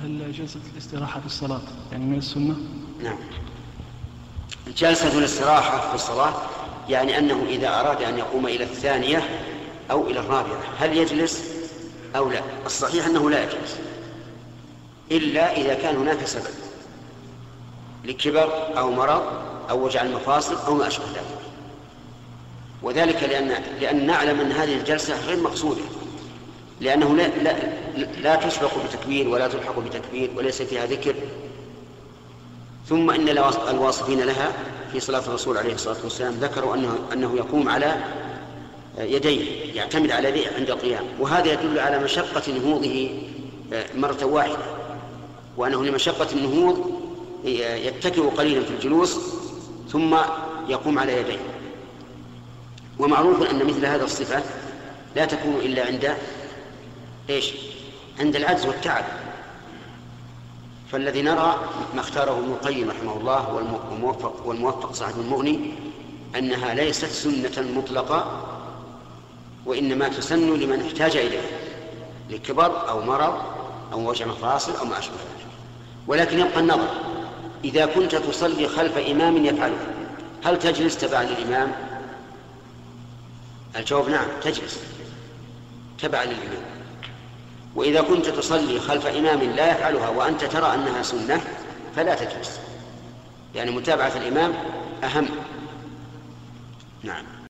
هل جلسة الاستراحة في الصلاة يعني من السنة؟ نعم. جلسة الاستراحة في الصلاة يعني أنه إذا أراد أن يقوم إلى الثانية أو إلى الرابعة هل يجلس أو لا؟ الصحيح أنه لا يجلس إلا إذا كان هناك سبب لكبر أو مرض أو وجع المفاصل أو ما أشبه ذلك، وذلك لأن نعلم أن هذه الجلسة غير مقصودة، لأنه لا تسبق بتكبير ولا تلحق بتكبير وليس فيها ذكر. ثم إن الواصفين لها في صلاة الرسول عليه الصلاة والسلام ذكروا أنه يقوم على يديه، يعتمد على يديه عند القيام، وهذا يدل على مشقة نهوضه مرة واحدة، وأنه لمشقة النهوض يتكئ قليلا في الجلوس ثم يقوم على يديه. ومعروف أن مثل هذا الصفة لا تكون إلا عند العجز والتعب. فالذي نرى ما اختاره ابن القيم رحمه الله والموفق صاحب المغني أنها ليست سنة مطلقة، وإنما تسن لمن احتاج إليه لكبر أو مرض أو وجع مفاصل أو ما أشبه ذلك. ولكن يبقى النظر، إذا كنت تصلي خلف إمام يفعله هل تجلس تبعا للإمام؟ الجواب نعم، تجلس تبعا للإمام. وإذا كنت تصلي خلف إمام لا يفعلها وأنت ترى أنها سنة فلا تجلس، يعني متابعة الإمام أهم. نعم.